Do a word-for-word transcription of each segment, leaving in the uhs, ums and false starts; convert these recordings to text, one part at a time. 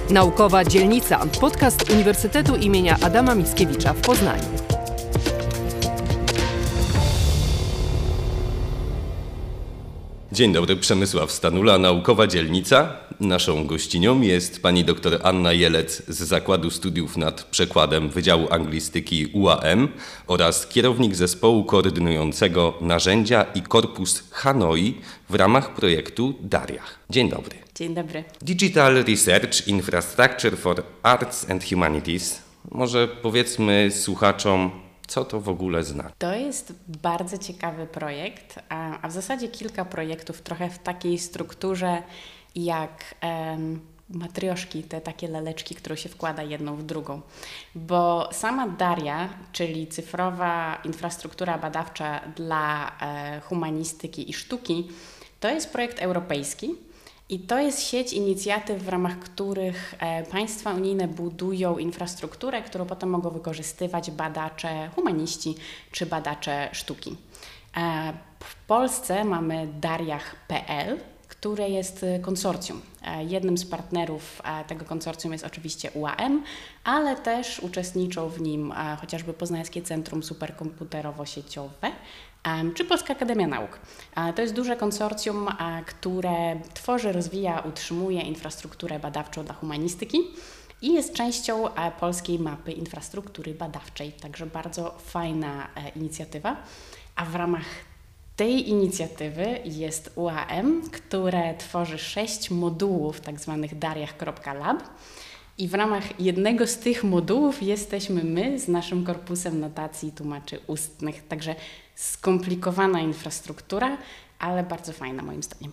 Naukowa Dzielnica. Podcast Uniwersytetu imienia Adama Mickiewicza w Poznaniu. Dzień dobry, Przemysław Stanula, Naukowa Dzielnica. Naszą gościnią jest pani dr Anna Jelec z Zakładu Studiów nad Przekładem Wydziału Anglistyki U A M oraz kierownik zespołu koordynującego narzędzia i korpus Hanoi w ramach projektu Daria. Dzień dobry. Dzień dobry. Digital Research Infrastructure for Arts and Humanities. Może powiedzmy słuchaczom, co to w ogóle znaczy? To jest bardzo ciekawy projekt, a, a w zasadzie kilka projektów trochę w takiej strukturze jak em, matrioszki, te takie laleczki, które się wkłada jedną w drugą. Bo sama Daria, czyli cyfrowa infrastruktura badawcza dla e, humanistyki i sztuki, to jest projekt europejski. I to jest sieć inicjatyw, w ramach których e, państwa unijne budują infrastrukturę, którą potem mogą wykorzystywać badacze humaniści czy badacze sztuki. E, w Polsce mamy Dariach kropka pe el, które jest konsorcjum. E, jednym z partnerów e, tego konsorcjum jest oczywiście U A M, ale też uczestniczą w nim e, chociażby Poznańskie Centrum Superkomputerowo-Sieciowe, czy Polska Akademia Nauk. To jest duże konsorcjum, które tworzy, rozwija, utrzymuje infrastrukturę badawczą dla humanistyki i jest częścią polskiej mapy infrastruktury badawczej. Także bardzo fajna inicjatywa. A w ramach tej inicjatywy jest U A M, które tworzy sześć modułów, tak zwanych dariach kropka lab. I w ramach jednego z tych modułów jesteśmy my z naszym korpusem notacji tłumaczy ustnych. Także skomplikowana infrastruktura, ale bardzo fajna moim zdaniem.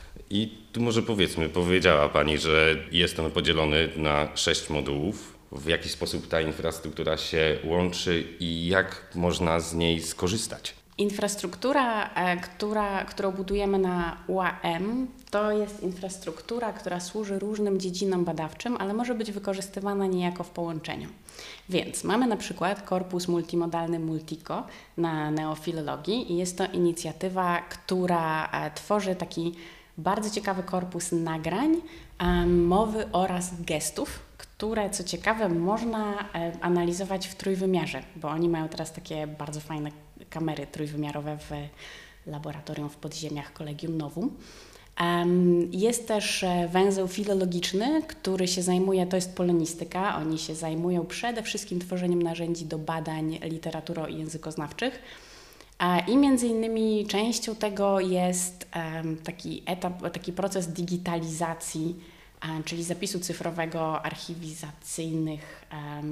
I tu może powiedzmy, powiedziała Pani, że jest on podzielony na sześć modułów. W jaki sposób ta infrastruktura się łączy i jak można z niej skorzystać? Infrastruktura, która, którą budujemy na U A M, to jest infrastruktura, która służy różnym dziedzinom badawczym, ale może być wykorzystywana niejako w połączeniu. Więc mamy na przykład korpus multimodalny Multico na neofilologii i jest to inicjatywa, która tworzy taki bardzo ciekawy korpus nagrań, mowy oraz gestów, które co ciekawe można analizować w trójwymiarze, bo oni mają teraz takie bardzo fajne kamery trójwymiarowe w laboratorium w podziemiach Collegium Novum. Jest też węzeł filologiczny, który się zajmuje, to jest polonistyka, oni się zajmują przede wszystkim tworzeniem narzędzi do badań literaturo- i językoznawczych. I między innymi częścią tego jest taki etap, taki proces digitalizacji, czyli zapisu cyfrowego, archiwizacyjnych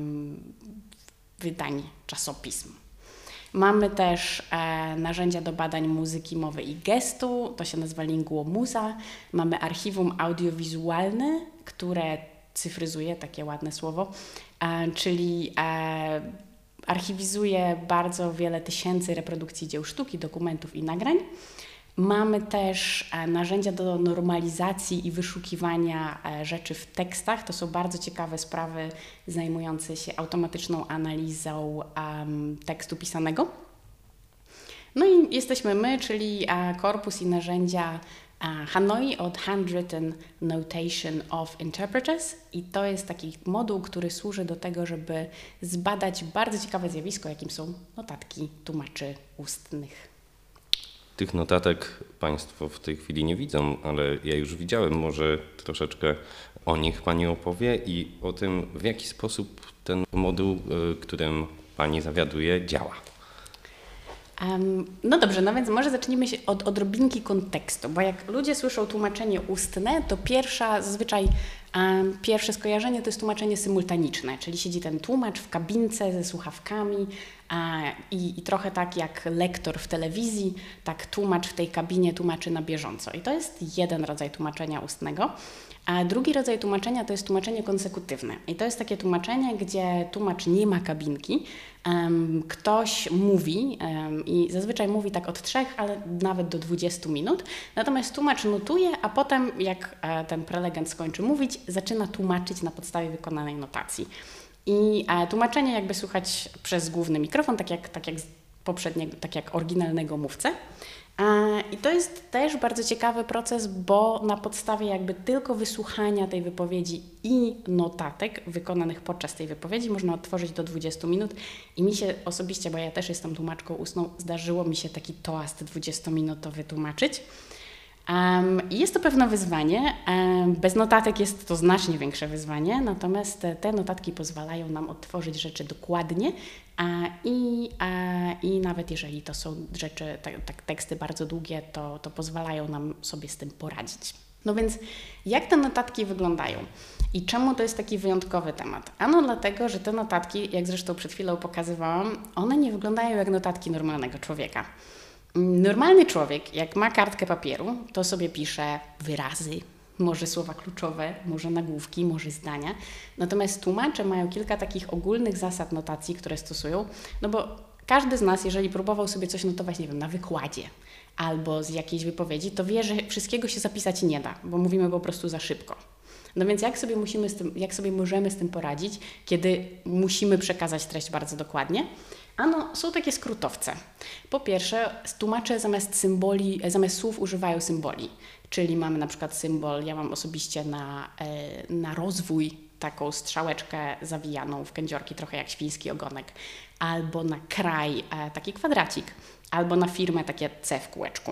wydań czasopism. Mamy też e, narzędzia do badań muzyki, mowy i gestu, to się nazywa Linguomuza. Mamy archiwum audiowizualne, które cyfryzuje, takie ładne słowo, e, czyli e, archiwizuje bardzo wiele tysięcy reprodukcji dzieł sztuki, dokumentów i nagrań. Mamy też e, narzędzia do normalizacji i wyszukiwania e, rzeczy w tekstach. To są bardzo ciekawe sprawy zajmujące się automatyczną analizą um, tekstu pisanego. No i jesteśmy my, czyli e, korpus i narzędzia e, Hanoi od Handwritten Notation of Interpreters. I to jest taki moduł, który służy do tego, żeby zbadać bardzo ciekawe zjawisko, jakim są notatki tłumaczy ustnych. Tych notatek Państwo w tej chwili nie widzą, ale ja już widziałem. Może troszeczkę o nich Pani opowie i o tym, w jaki sposób ten moduł, którym Pani zawiaduje, działa. Um, no dobrze, no więc może zacznijmy się od odrobinki kontekstu, bo jak ludzie słyszą tłumaczenie ustne, to pierwsza, zazwyczaj um, pierwsze skojarzenie to jest tłumaczenie symultaniczne, czyli siedzi ten tłumacz w kabince ze słuchawkami a, i, i trochę tak jak lektor w telewizji, tak tłumacz w tej kabinie tłumaczy na bieżąco. I to jest jeden rodzaj tłumaczenia ustnego. A drugi rodzaj tłumaczenia to jest tłumaczenie konsekutywne. I to jest takie tłumaczenie, gdzie tłumacz nie ma kabinki, um, ktoś mówi um, i zazwyczaj mówi tak od trzech, ale nawet do dwudziestu minut. Natomiast tłumacz notuje, a potem jak e, ten prelegent skończy mówić, zaczyna tłumaczyć na podstawie wykonanej notacji. I e, tłumaczenie jakby słychać przez główny mikrofon, tak jak, tak jak poprzedniego, tak jak oryginalnego mówcę. I to jest też bardzo ciekawy proces, bo na podstawie jakby tylko wysłuchania tej wypowiedzi i notatek wykonanych podczas tej wypowiedzi można odtworzyć do dwudziestu minut i mi się osobiście, bo ja też jestem tłumaczką ustną, zdarzyło mi się taki toast dwudziestominutowy tłumaczyć. Um, jest to pewne wyzwanie. Um, bez notatek jest to znacznie większe wyzwanie, natomiast te, te notatki pozwalają nam odtworzyć rzeczy dokładnie a, i, a, i nawet jeżeli to są rzeczy, tak, tak, teksty bardzo długie, to, to pozwalają nam sobie z tym poradzić. No więc jak te notatki wyglądają i czemu to jest taki wyjątkowy temat? Ano dlatego, że te notatki, jak zresztą przed chwilą pokazywałam, one nie wyglądają jak notatki normalnego człowieka. Normalny człowiek, jak ma kartkę papieru, to sobie pisze wyrazy, może słowa kluczowe, może nagłówki, może zdania. Natomiast tłumacze mają kilka takich ogólnych zasad notacji, które stosują, no bo każdy z nas, jeżeli próbował sobie coś notować, nie wiem, na wykładzie albo z jakiejś wypowiedzi, to wie, że wszystkiego się zapisać nie da, bo mówimy po prostu za szybko. No więc jak sobie, musimy z tym, jak sobie możemy z tym poradzić, kiedy musimy przekazać treść bardzo dokładnie? Ano, są takie skrótowce. Po pierwsze, tłumacze zamiast symboli, zamiast słów używają symboli, czyli mamy na przykład symbol, ja mam osobiście na, na rozwój taką strzałeczkę zawijaną w kędziorki, trochę jak świński ogonek, albo na kraj taki kwadracik, albo na firmę takie C w kółeczku.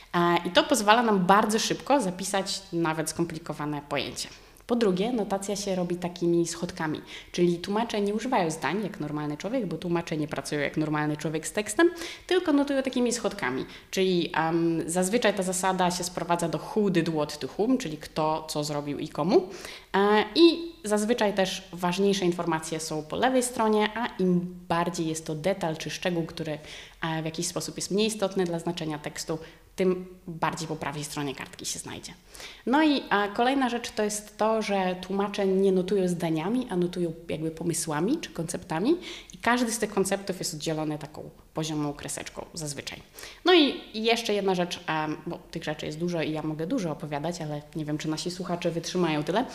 I to pozwala nam bardzo szybko zapisać nawet skomplikowane pojęcie. Po drugie, notacja się robi takimi schodkami, czyli tłumacze nie używają zdań jak normalny człowiek, bo tłumacze nie pracują jak normalny człowiek z tekstem, tylko notują takimi schodkami, czyli um, zazwyczaj ta zasada się sprowadza do who did what to whom, czyli kto co zrobił i komu. E, I zazwyczaj też ważniejsze informacje są po lewej stronie, a im bardziej jest to detal czy szczegół, który e, w jakiś sposób jest mniej istotny dla znaczenia tekstu, tym bardziej po prawej stronie kartki się znajdzie. No i a kolejna rzecz to jest to, że tłumacze nie notują zdaniami, a notują jakby pomysłami czy konceptami i każdy z tych konceptów jest oddzielony taką poziomą kreseczką zazwyczaj. No i jeszcze jedna rzecz, bo tych rzeczy jest dużo i ja mogę dużo opowiadać, ale nie wiem, czy nasi słuchacze wytrzymają tyle.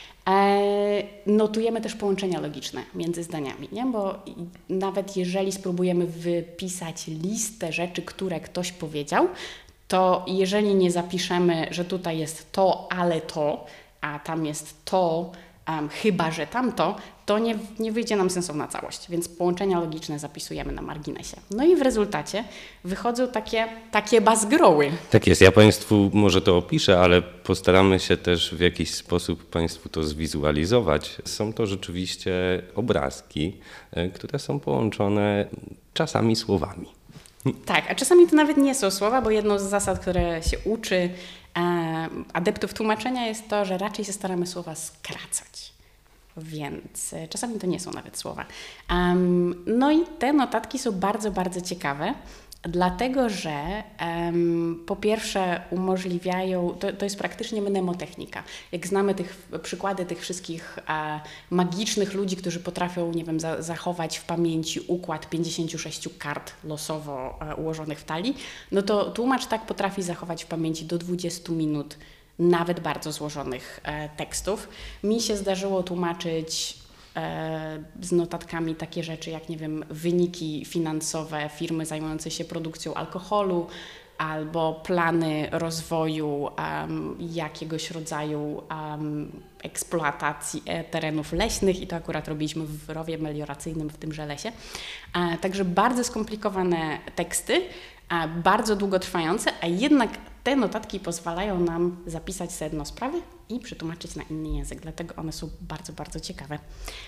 Notujemy też połączenia logiczne między zdaniami, nie? Bo nawet jeżeli spróbujemy wypisać listę rzeczy, które ktoś powiedział, to jeżeli nie zapiszemy, że tutaj jest to, ale to, a tam jest to, um, chyba że tamto, to nie, nie wyjdzie nam sensowna całość, więc połączenia logiczne zapisujemy na marginesie. No i w rezultacie wychodzą takie, takie bazgroły. Tak jest, ja Państwu może to opiszę, ale postaramy się też w jakiś sposób Państwu to zwizualizować. Są to rzeczywiście obrazki, które są połączone czasami słowami. Tak, a czasami to nawet nie są słowa, bo jedną z zasad, które się uczy e, adeptów tłumaczenia jest to, że raczej się staramy słowa skracać. Więc e, czasami to nie są nawet słowa. Um, no i te notatki są bardzo, bardzo ciekawe, dlatego że um, po pierwsze umożliwiają, to, to jest praktycznie mnemotechnika. Jak znamy tych przykłady tych wszystkich e, magicznych ludzi, którzy potrafią, nie wiem, za, zachować w pamięci układ pięćdziesięciu sześciu kart losowo e, ułożonych w talii, no to tłumacz tak potrafi zachować w pamięci do dwudziestu minut nawet bardzo złożonych e, tekstów. Mi się zdarzyło tłumaczyć z notatkami takie rzeczy jak, nie wiem, wyniki finansowe firmy zajmującej się produkcją alkoholu albo plany rozwoju um, jakiegoś rodzaju um, eksploatacji terenów leśnych i to akurat robiliśmy w rowie melioracyjnym w tymże lesie. A, także bardzo skomplikowane teksty, a bardzo długotrwające, a jednak te notatki pozwalają nam zapisać sedno sprawy i przetłumaczyć na inny język, dlatego one są bardzo, bardzo ciekawe.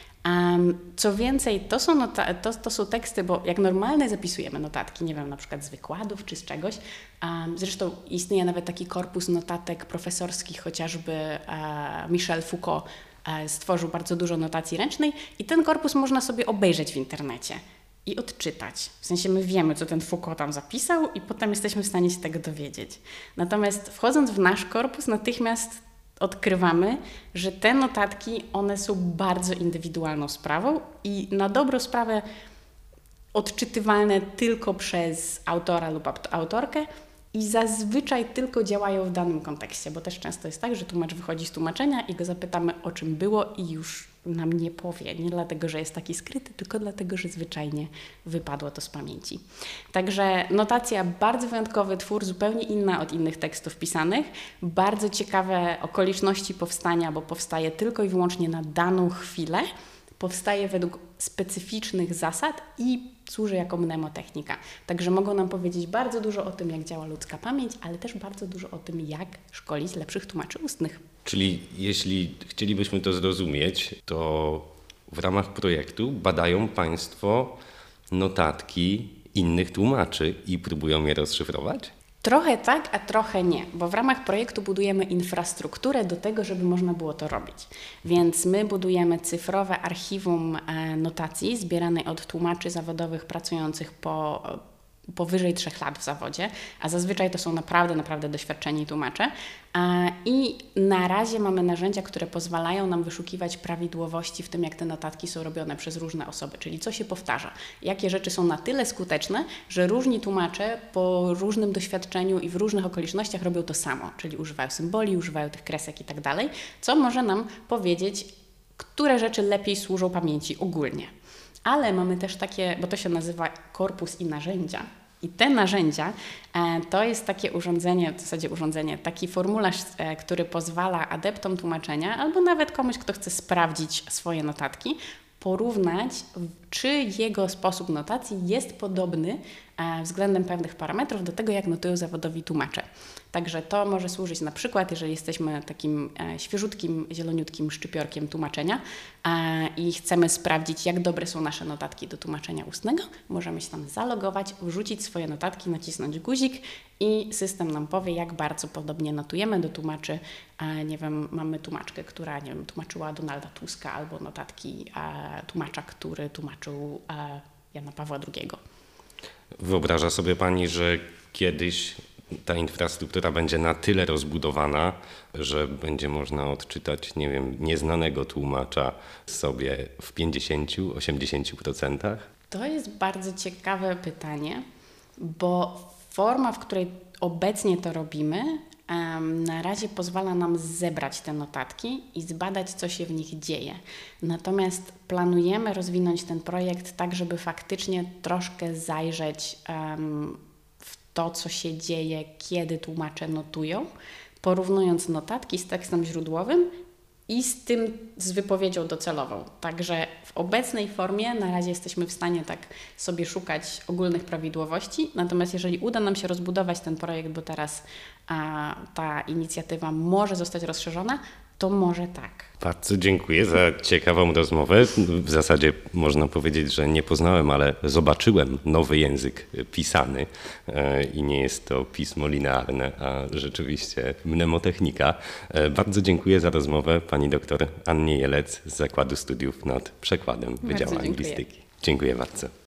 Um, co więcej, to są, nota- to, to są teksty, bo jak normalnie zapisujemy notatki, nie wiem, na przykład z wykładów czy z czegoś, um, zresztą istnieje nawet taki korpus notatek profesorskich, chociażby e, Michel Foucault e, stworzył bardzo dużo notacji ręcznej i ten korpus można sobie obejrzeć w internecie i odczytać. W sensie my wiemy, co ten Foucault tam zapisał i potem jesteśmy w stanie się tego dowiedzieć. Natomiast wchodząc w nasz korpus, natychmiast odkrywamy, że te notatki, one są bardzo indywidualną sprawą i na dobrą sprawę odczytywalne tylko przez autora lub autorkę i zazwyczaj tylko działają w danym kontekście, bo też często jest tak, że tłumacz wychodzi z tłumaczenia i go zapytamy, o czym było i już nam nie powie. Nie dlatego, że jest taki skryty, tylko dlatego, że zwyczajnie wypadło to z pamięci. Także notacja, bardzo wyjątkowy twór, zupełnie inna od innych tekstów pisanych. Bardzo ciekawe okoliczności powstania, bo powstaje tylko i wyłącznie na daną chwilę. Powstaje według specyficznych zasad i służy jako mnemotechnika. Także mogą nam powiedzieć bardzo dużo o tym, jak działa ludzka pamięć, ale też bardzo dużo o tym, jak szkolić lepszych tłumaczy ustnych. Czyli jeśli chcielibyśmy to zrozumieć, to w ramach projektu badają Państwo notatki innych tłumaczy i próbują je rozszyfrować? Trochę tak, a trochę nie, bo w ramach projektu budujemy infrastrukturę do tego, żeby można było to robić. Więc my budujemy cyfrowe archiwum notacji zbieranej od tłumaczy zawodowych pracujących po powyżej trzech lat w zawodzie, a zazwyczaj to są naprawdę, naprawdę doświadczeni tłumacze. I na razie mamy narzędzia, które pozwalają nam wyszukiwać prawidłowości w tym, jak te notatki są robione przez różne osoby, czyli co się powtarza, jakie rzeczy są na tyle skuteczne, że różni tłumacze po różnym doświadczeniu i w różnych okolicznościach robią to samo, czyli używają symboli, używają tych kresek i tak dalej, co może nam powiedzieć, które rzeczy lepiej służą pamięci ogólnie. Ale mamy też takie, bo to się nazywa korpus i narzędzia. I te narzędzia e, to jest takie urządzenie, w zasadzie urządzenie, taki formularz, e, który pozwala adeptom tłumaczenia albo nawet komuś, kto chce sprawdzić swoje notatki, porównać, czy jego sposób notacji jest podobny e, względem pewnych parametrów do tego, jak notują zawodowi tłumacze. Także to może służyć na przykład, jeżeli jesteśmy takim e, świeżutkim, zieloniutkim szczypiorkiem tłumaczenia e, i chcemy sprawdzić, jak dobre są nasze notatki do tłumaczenia ustnego, możemy się tam zalogować, wrzucić swoje notatki, nacisnąć guzik i system nam powie, jak bardzo podobnie notujemy do tłumaczy. E, nie wiem, mamy tłumaczkę, która nie wiem, tłumaczyła Donalda Tuska albo notatki e, tłumacza, który tłumaczył e, Jana Pawła drugiego. Wyobraża sobie Pani, że kiedyś ta infrastruktura będzie na tyle rozbudowana, że będzie można odczytać, nie wiem, nieznanego tłumacza sobie w pięćdziesiąt do osiemdziesięciu procent? To jest bardzo ciekawe pytanie, bo forma, w której obecnie to robimy, na razie pozwala nam zebrać te notatki i zbadać, co się w nich dzieje. Natomiast planujemy rozwinąć ten projekt tak, żeby faktycznie troszkę zajrzeć w to, co się dzieje, kiedy tłumacze notują, porównując notatki z tekstem źródłowym i z tym z wypowiedzią docelową. Także w obecnej formie na razie jesteśmy w stanie tak sobie szukać ogólnych prawidłowości, natomiast jeżeli uda nam się rozbudować ten projekt, bo teraz a, ta inicjatywa może zostać rozszerzona, to może tak. Bardzo dziękuję za ciekawą rozmowę. W zasadzie można powiedzieć, że nie poznałem, ale zobaczyłem nowy język pisany i nie jest to pismo linearne, a rzeczywiście mnemotechnika. Bardzo dziękuję za rozmowę pani doktor Annie Jelec z Zakładu Studiów nad Przekładem Wydziału Anglistyki. Dziękuję bardzo.